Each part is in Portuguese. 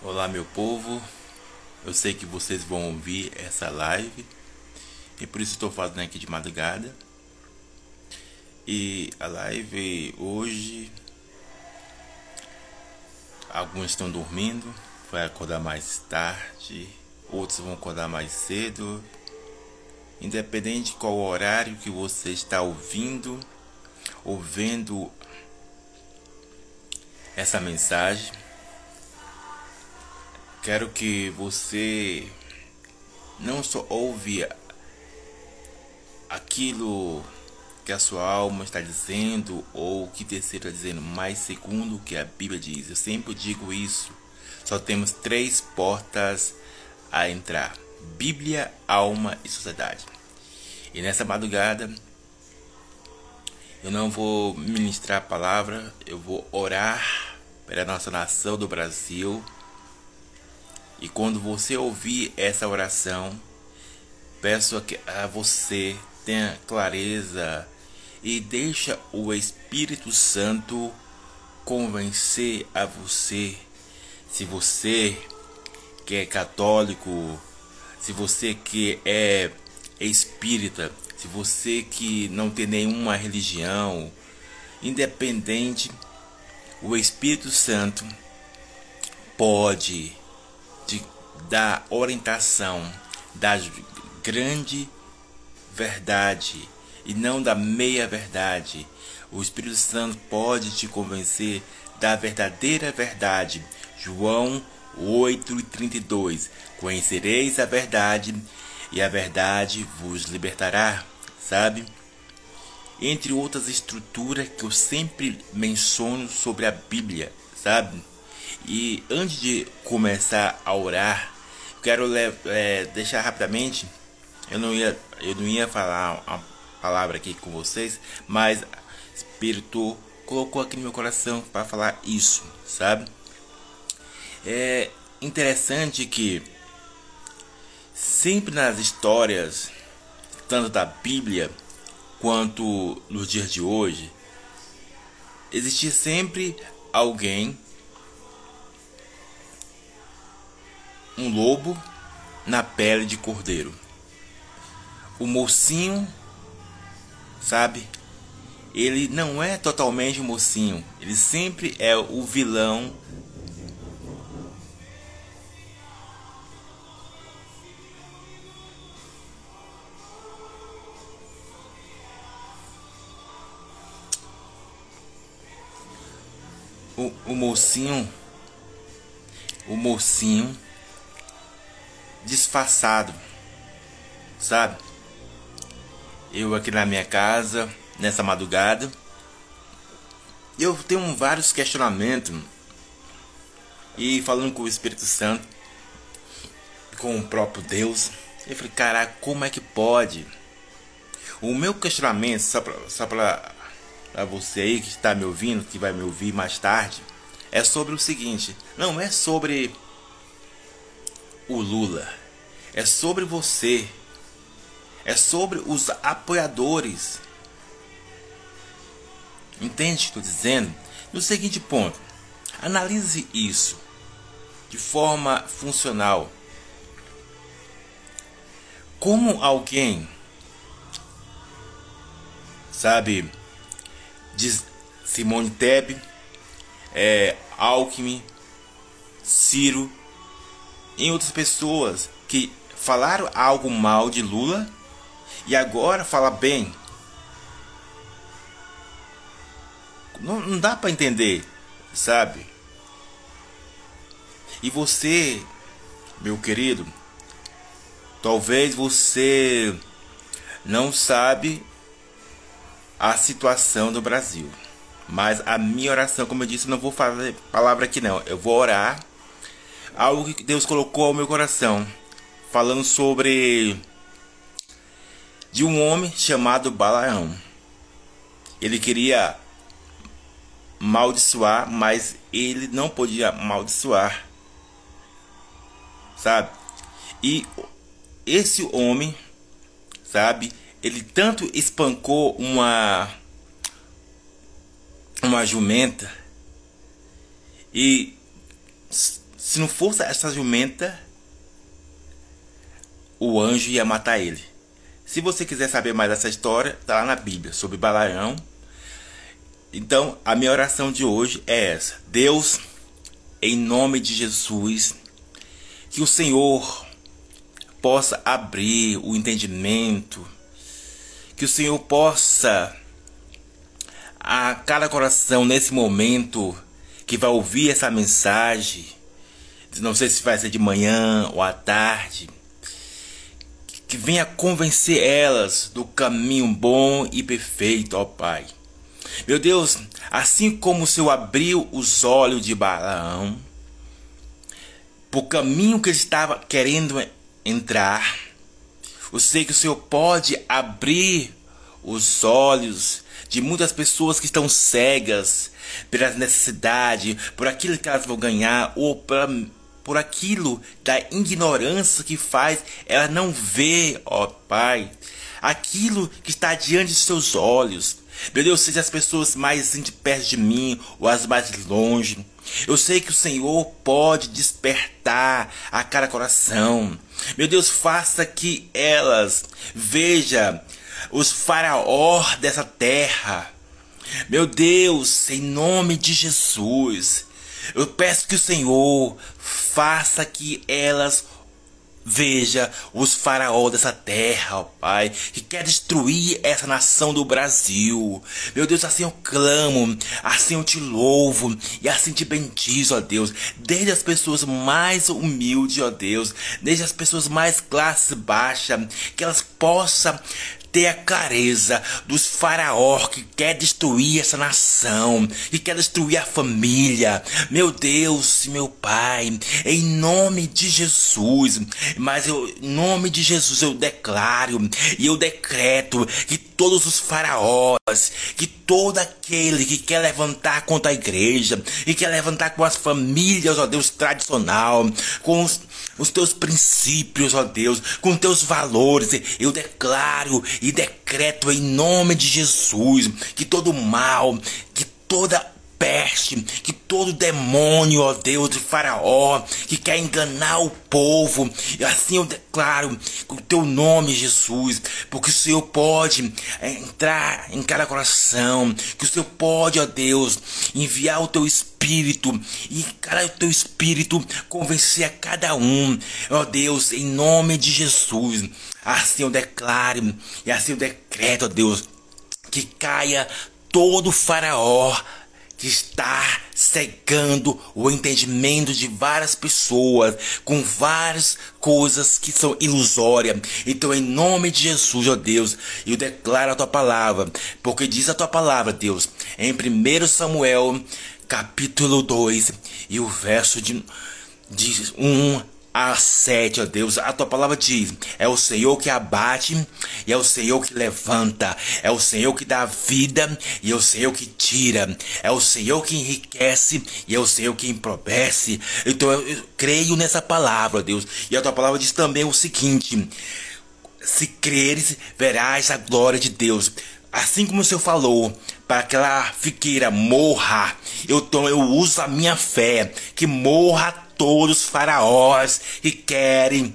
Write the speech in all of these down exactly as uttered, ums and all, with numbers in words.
Olá, meu povo. Eu sei que vocês vão ouvir essa live e por isso estou fazendo aqui de madrugada. E a live hoje, alguns estão dormindo, vai acordar mais tarde, outros vão acordar mais cedo. Independente de qual horário que você está ouvindo ou vendo essa mensagem, quero que você não só ouve aquilo que a sua alma está dizendo ou que terceiro está dizendo, mas segundo o que a Bíblia diz. Eu sempre digo isso. Só temos três portas a entrar: Bíblia, alma e sociedade. E nessa madrugada eu não vou ministrar a palavra, eu vou orar pela nossa nação do Brasil. E quando você ouvir essa oração, peço a você tenha clareza e deixa o Espírito Santo convencer a você. Se você que é católico, se você que é espírita, se você que não tem nenhuma religião, independente, o Espírito Santo pode te dar orientação da grande verdade e não da meia verdade. O Espírito Santo pode te convencer da verdadeira verdade. João oito e trinta e dois. Conhecereis a verdade e a verdade vos libertará, sabe? Entre outras estruturas que eu sempre menciono sobre a Bíblia, sabe? E antes de começar a orar, quero é, deixar rapidamente. Eu não ia, eu não ia falar uma palavra aqui com vocês, mas o Espírito colocou aqui no meu coração para falar isso, sabe? É interessante que sempre nas histórias, tanto da Bíblia quanto nos dias de hoje, existia sempre alguém, um lobo na pele de cordeiro. O mocinho, sabe? Ele não é totalmente um mocinho. Ele sempre é o vilão. O, o mocinho. O mocinho disfarçado, sabe? Eu aqui na minha casa, nessa madrugada, eu tenho vários questionamentos. E falando com o Espírito Santo, com o próprio Deus, eu falei, caraca, como é que pode? O meu questionamento, só pra, só pra, pra você aí que está me ouvindo, que vai me ouvir mais tarde, é sobre o seguinte: não é sobre o Lula, é sobre você. É sobre os apoiadores. Entende o que estou dizendo? No seguinte ponto, analise isso de forma funcional. Como alguém, sabe, diz Simone Tebet, é, Alckmin, Ciro e outras pessoas que falaram algo mal de Lula e agora fala bem. Não, não dá para entender, sabe? E você, meu querido, talvez você não sabe a situação do Brasil, mas a minha oração, como eu disse, eu não vou fazer palavra aqui não. Eu vou orar algo que Deus colocou ao meu coração, falando sobre de um homem chamado Balaão. Ele queria amaldiçoar, mas ele não podia amaldiçoar, sabe? E esse homem, sabe, ele tanto espancou uma uma jumenta e se não fosse essa jumenta, o anjo ia matar ele. Se você quiser saber mais dessa história, tá lá na Bíblia, sobre Balaão. Então, a minha oração de hoje é essa. Deus, em nome de Jesus, que o Senhor possa abrir o entendimento, que o Senhor possa, a cada coração nesse momento que vai ouvir essa mensagem, não sei se vai ser de manhã ou à tarde, que venha convencer elas do caminho bom e perfeito, ó Pai. Meu Deus, assim como o Senhor abriu os olhos de Balaão para o caminho que ele estava querendo entrar, eu sei que o Senhor pode abrir os olhos de muitas pessoas que estão cegas pela necessidade, por aquilo que elas vão ganhar, ou pra, por aquilo da ignorância que faz ela não ver, ó Pai, aquilo que está diante de seus olhos. Meu Deus, seja as pessoas mais de perto de mim ou as mais longe, eu sei que o Senhor pode despertar a cada coração. Meu Deus, faça que elas vejam os faraós dessa terra. Meu Deus, em nome de Jesus, eu peço que o Senhor faça que elas veja os faraós dessa terra, ó Pai, que quer destruir essa nação do Brasil. Meu Deus, assim eu clamo, assim eu te louvo e assim te bendizo, ó Deus. Desde as pessoas mais humildes, ó Deus, desde as pessoas mais classe baixa, que elas possam ter a clareza dos faraós que quer destruir essa nação, que quer destruir a família. Meu Deus, meu Pai, em nome de Jesus, mas eu, em nome de Jesus eu declaro e eu decreto que todos os faraós, que todo aquele que quer levantar contra a igreja, e quer levantar com as famílias, ó Deus, tradicional, com os os teus princípios, ó Deus, com teus valores, eu declaro e decreto em nome de Jesus que todo mal, que toda peste, que todo demônio, ó Deus, de faraó, que quer enganar o povo, e assim eu declaro com o teu nome, Jesus, porque o Senhor pode entrar em cada coração, que o Senhor pode, ó Deus, enviar o teu Espírito, e cara, o teu Espírito convencer a cada um, ó Deus, em nome de Jesus. Assim eu declaro e assim eu decreto, ó Deus, que caia todo faraó que está cegando o entendimento de várias pessoas com várias coisas que são ilusórias. Então, em nome de Jesus, ó Deus, eu declaro a tua palavra, porque diz a tua palavra, Deus, em primeiro Samuel, capítulo dois, e o verso de, de um a sete, ó Deus, a tua palavra diz: é o Senhor que abate e é o Senhor que levanta, é o Senhor que dá vida e é o Senhor que tira, é o Senhor que enriquece e é o Senhor que empobrece. Então eu, eu creio nessa palavra, ó Deus, e a tua palavra diz também o seguinte: se creres, verás a glória de Deus. Assim como o Senhor falou para aquela figueira morra, eu, então, eu uso a minha fé, que morra todos os faraós que querem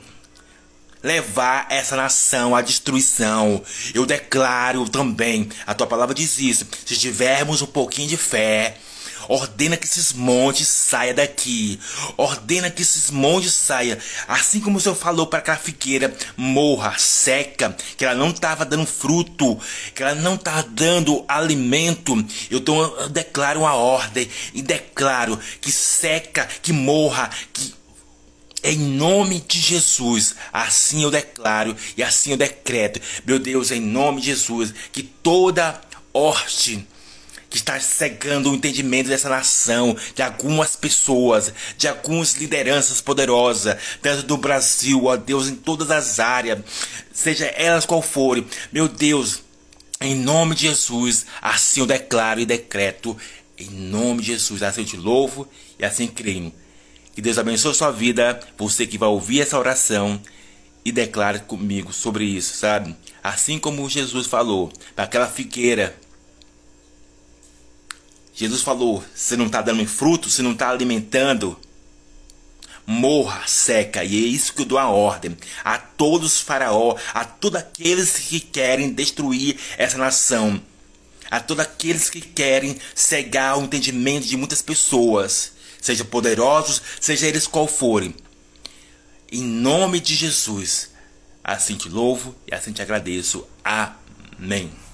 levar essa nação à destruição. Eu declaro também, a tua palavra diz isso: se tivermos um pouquinho de fé, ordena que esses montes saiam daqui. Ordena que esses montes saiam. Assim como o Senhor falou para aquela figueira morra, seca, que ela não estava dando fruto, que ela não estava dando alimento. Eu, então, eu declaro uma ordem e declaro que seca, que morra, que em nome de Jesus, assim eu declaro e assim eu decreto, meu Deus, em nome de Jesus, que toda horte que está cegando o entendimento dessa nação, de algumas pessoas, de algumas lideranças poderosas, tanto do Brasil, ó Deus, em todas as áreas, seja elas qual forem, meu Deus, em nome de Jesus, assim eu declaro e decreto, em nome de Jesus, assim eu te louvo e assim creio. Que Deus abençoe a sua vida, você que vai ouvir essa oração e declare comigo sobre isso, sabe? Assim como Jesus falou para aquela figueira, Jesus falou: se não está dando fruto, se não está alimentando, morra, seca. E é isso que eu dou a ordem a todos os faraó, a todos aqueles que querem destruir essa nação, a todos aqueles que querem cegar o entendimento de muitas pessoas, seja poderosos, seja eles qual forem. Em nome de Jesus, assim te louvo e assim te agradeço. Amém.